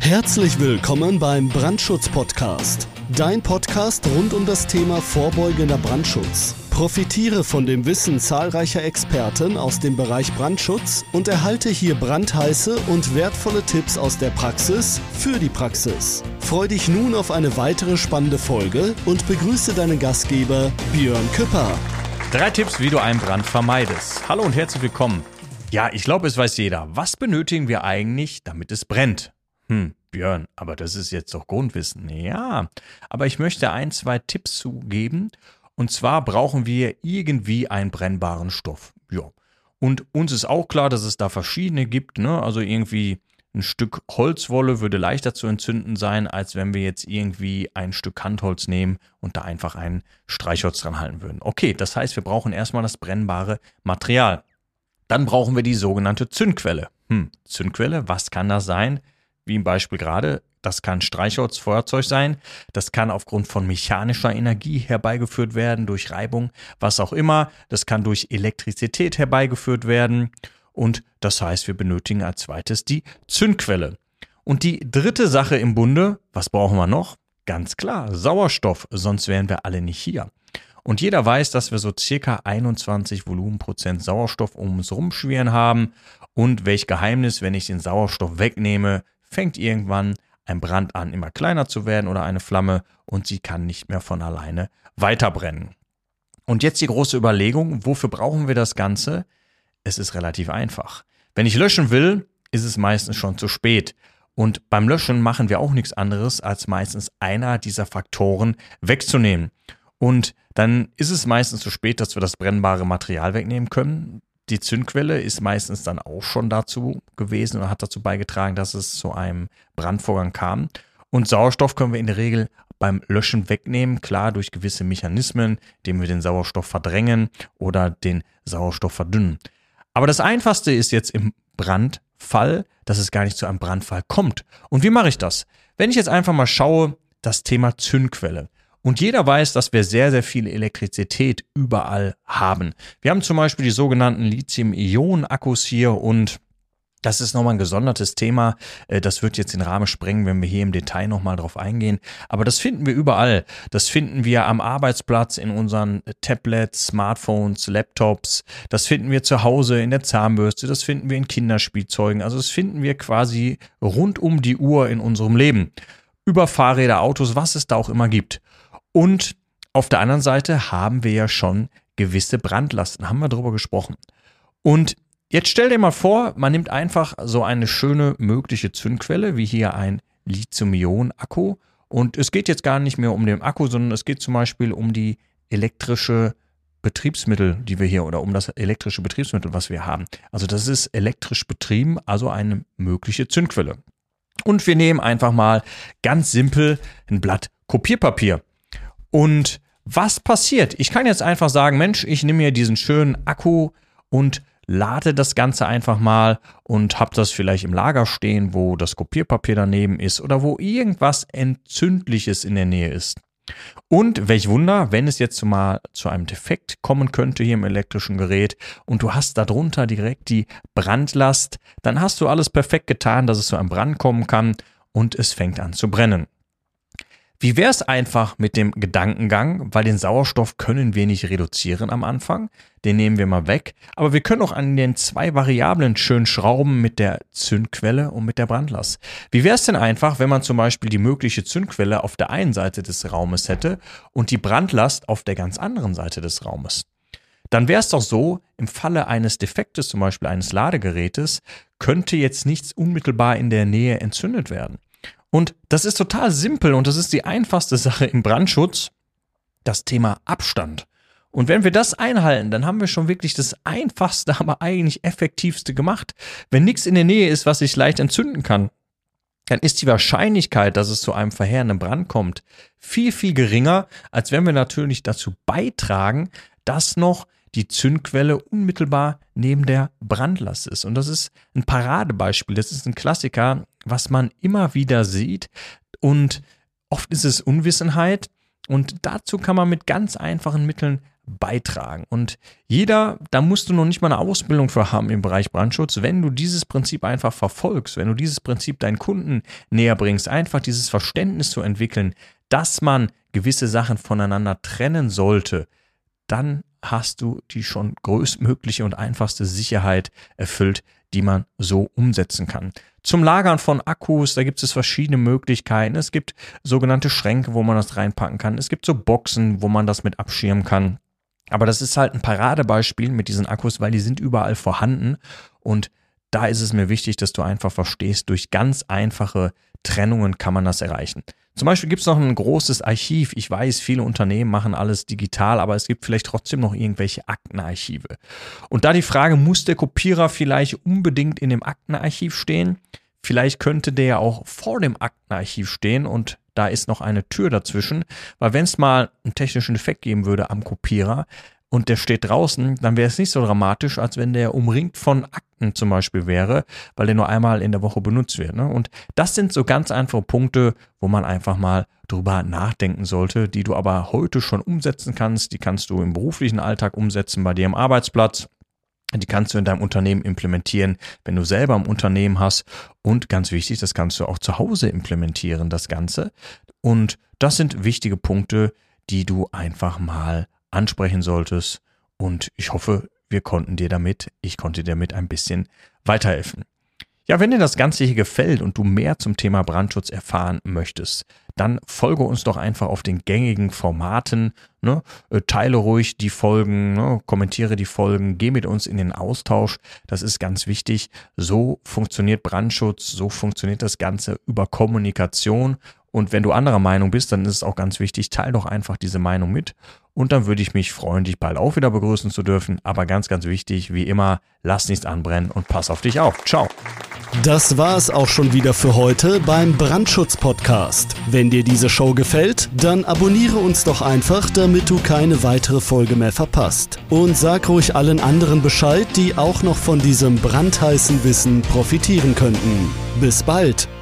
Herzlich willkommen beim Brandschutz-Podcast. Dein Podcast rund um das Thema vorbeugender Brandschutz. Profitiere von dem Wissen zahlreicher Experten aus dem Bereich Brandschutz und erhalte hier brandheiße und wertvolle Tipps aus der Praxis für die Praxis. Freu dich nun auf eine weitere spannende Folge und begrüße deinen Gastgeber Björn Küpper. 3 Tipps, wie du einen Brand vermeidest. Hallo und herzlich willkommen. Ja, ich glaube, es weiß jeder. Was benötigen wir eigentlich, damit es brennt? Björn, aber das ist jetzt doch Grundwissen. Ja, aber ich möchte 1, 2 Tipps zugeben. Und zwar brauchen wir irgendwie einen brennbaren Stoff. Ja. Und uns ist auch klar, dass es da verschiedene gibt. Ne? Also irgendwie ein Stück Holzwolle würde leichter zu entzünden sein, als wenn wir jetzt irgendwie ein Stück Handholz nehmen und da einfach ein Streichholz dran halten würden. Okay, das heißt, wir brauchen erstmal das brennbare Material. Dann brauchen wir die sogenannte Zündquelle. Zündquelle, was kann das sein? Wie im Beispiel gerade, das kann Streichholz, Feuerzeug sein, das kann aufgrund von mechanischer Energie herbeigeführt werden, durch Reibung, was auch immer, das kann durch Elektrizität herbeigeführt werden und das heißt, wir benötigen als zweites die Zündquelle. Und die dritte Sache im Bunde, was brauchen wir noch? Ganz klar, Sauerstoff, sonst wären wir alle nicht hier. Und jeder weiß, dass wir so circa 21 Volumenprozent Sauerstoff um uns rumschwirren haben und welch Geheimnis, wenn ich den Sauerstoff wegnehme, fängt irgendwann ein Brand an, immer kleiner zu werden oder eine Flamme und sie kann nicht mehr von alleine weiterbrennen. Und jetzt die große Überlegung, wofür brauchen wir das Ganze? Es ist relativ einfach. Wenn ich löschen will, ist es meistens schon zu spät. Und beim Löschen machen wir auch nichts anderes, als meistens einer dieser Faktoren wegzunehmen. Und dann ist es meistens zu spät, dass wir das brennbare Material wegnehmen können. Die Zündquelle ist meistens dann auch schon dazu gewesen oder hat dazu beigetragen, dass es zu einem Brandvorgang kam. Und Sauerstoff können wir in der Regel beim Löschen wegnehmen, klar durch gewisse Mechanismen, indem wir den Sauerstoff verdrängen oder den Sauerstoff verdünnen. Aber das Einfachste ist jetzt im Brandfall, dass es gar nicht zu einem Brandfall kommt. Und wie mache ich das? Wenn ich jetzt einfach mal schaue, das Thema Zündquelle. Und jeder weiß, dass wir sehr, sehr viel Elektrizität überall haben. Wir haben zum Beispiel die sogenannten Lithium-Ionen-Akkus hier und das ist nochmal ein gesondertes Thema. Das wird jetzt den Rahmen sprengen, wenn wir hier im Detail nochmal drauf eingehen. Aber das finden wir überall. Das finden wir am Arbeitsplatz, in unseren Tablets, Smartphones, Laptops. Das finden wir zu Hause in der Zahnbürste. Das finden wir in Kinderspielzeugen. Also das finden wir quasi rund um die Uhr in unserem Leben. Über Fahrräder, Autos, was es da auch immer gibt. Und auf der anderen Seite haben wir ja schon gewisse Brandlasten, haben wir darüber gesprochen. Und jetzt stell dir mal vor, man nimmt einfach so eine schöne mögliche Zündquelle, wie hier ein Lithium-Ionen-Akku. Und es geht jetzt gar nicht mehr um den Akku, sondern es geht zum Beispiel um die elektrische Betriebsmittel, die wir hier, oder um das elektrische Betriebsmittel, was wir haben. Also das ist elektrisch betrieben, also eine mögliche Zündquelle. Und wir nehmen einfach mal ganz simpel ein Blatt Kopierpapier. Und was passiert? Ich kann jetzt einfach sagen, Mensch, ich nehme mir diesen schönen Akku und lade das Ganze einfach mal und habe das vielleicht im Lager stehen, wo das Kopierpapier daneben ist oder wo irgendwas Entzündliches in der Nähe ist. Und welch Wunder, wenn es jetzt mal zu einem Defekt kommen könnte hier im elektrischen Gerät und du hast darunter direkt die Brandlast, dann hast du alles perfekt getan, dass es zu einem Brand kommen kann und es fängt an zu brennen. Wie wäre es einfach mit dem Gedankengang, weil den Sauerstoff können wir nicht reduzieren am Anfang, den nehmen wir mal weg, aber wir können auch an den 2 Variablen schön schrauben mit der Zündquelle und mit der Brandlast. Wie wäre es denn einfach, wenn man zum Beispiel die mögliche Zündquelle auf der einen Seite des Raumes hätte und die Brandlast auf der ganz anderen Seite des Raumes? Dann wäre es doch so, im Falle eines Defektes, zum Beispiel eines Ladegerätes, könnte jetzt nichts unmittelbar in der Nähe entzündet werden. Und das ist total simpel und das ist die einfachste Sache im Brandschutz, das Thema Abstand. Und wenn wir das einhalten, dann haben wir schon wirklich das einfachste, aber eigentlich effektivste gemacht. Wenn nichts in der Nähe ist, was sich leicht entzünden kann, dann ist die Wahrscheinlichkeit, dass es zu einem verheerenden Brand kommt, viel, viel geringer, als wenn wir natürlich dazu beitragen, dass noch die Zündquelle unmittelbar neben der Brandlast ist. Und das ist ein Paradebeispiel, das ist ein Klassiker, was man immer wieder sieht. Und oft ist es Unwissenheit und dazu kann man mit ganz einfachen Mitteln beitragen. Und jeder, da musst du noch nicht mal eine Ausbildung für haben im Bereich Brandschutz, wenn du dieses Prinzip einfach verfolgst, wenn du dieses Prinzip deinen Kunden näher bringst, einfach dieses Verständnis zu entwickeln, dass man gewisse Sachen voneinander trennen sollte, dann hast du die schon größtmögliche und einfachste Sicherheit erfüllt, die man so umsetzen kann. Zum Lagern von Akkus, da gibt es verschiedene Möglichkeiten. Es gibt sogenannte Schränke, wo man das reinpacken kann. Es gibt so Boxen, wo man das mit abschirmen kann. Aber das ist halt ein Paradebeispiel mit diesen Akkus, weil die sind überall vorhanden. Und da ist es mir wichtig, dass du einfach verstehst, durch ganz einfache Trennungen kann man das erreichen. Zum Beispiel gibt es noch ein großes Archiv. Ich weiß, viele Unternehmen machen alles digital, aber es gibt vielleicht trotzdem noch irgendwelche Aktenarchive. Und da die Frage, muss der Kopierer vielleicht unbedingt in dem Aktenarchiv stehen? Vielleicht könnte der ja auch vor dem Aktenarchiv stehen und da ist noch eine Tür dazwischen, weil wenn es mal einen technischen Defekt geben würde am Kopierer und der steht draußen, dann wäre es nicht so dramatisch, als wenn der umringt von Akten zum Beispiel wäre, weil der nur einmal in der Woche benutzt wird. Ne? Und das sind so ganz einfache Punkte, wo man einfach mal drüber nachdenken sollte, die du aber heute schon umsetzen kannst. Die kannst du im beruflichen Alltag umsetzen, bei dir am Arbeitsplatz. Die kannst du in deinem Unternehmen implementieren, wenn du selber ein Unternehmen hast. Und ganz wichtig, das kannst du auch zu Hause implementieren, das Ganze. Und das sind wichtige Punkte, die du einfach mal ansprechen solltest. Und ich hoffe, ich konnte dir damit ein bisschen weiterhelfen. Ja, wenn dir das Ganze hier gefällt und du mehr zum Thema Brandschutz erfahren möchtest, dann folge uns doch einfach auf den gängigen Formaten, ne? Teile ruhig die Folgen, ne? Kommentiere die Folgen, geh mit uns in den Austausch, das ist ganz wichtig. So funktioniert Brandschutz, so funktioniert das Ganze über Kommunikation. Und wenn du anderer Meinung bist, dann ist es auch ganz wichtig, teile doch einfach diese Meinung mit. Und dann würde ich mich freuen, dich bald auch wieder begrüßen zu dürfen. Aber ganz, ganz wichtig, wie immer, lass nichts anbrennen und pass auf dich auf. Ciao. Das war's auch schon wieder für heute beim Brandschutz-Podcast. Wenn dir diese Show gefällt, dann abonniere uns doch einfach, damit du keine weitere Folge mehr verpasst. Und sag ruhig allen anderen Bescheid, die auch noch von diesem brandheißen Wissen profitieren könnten. Bis bald!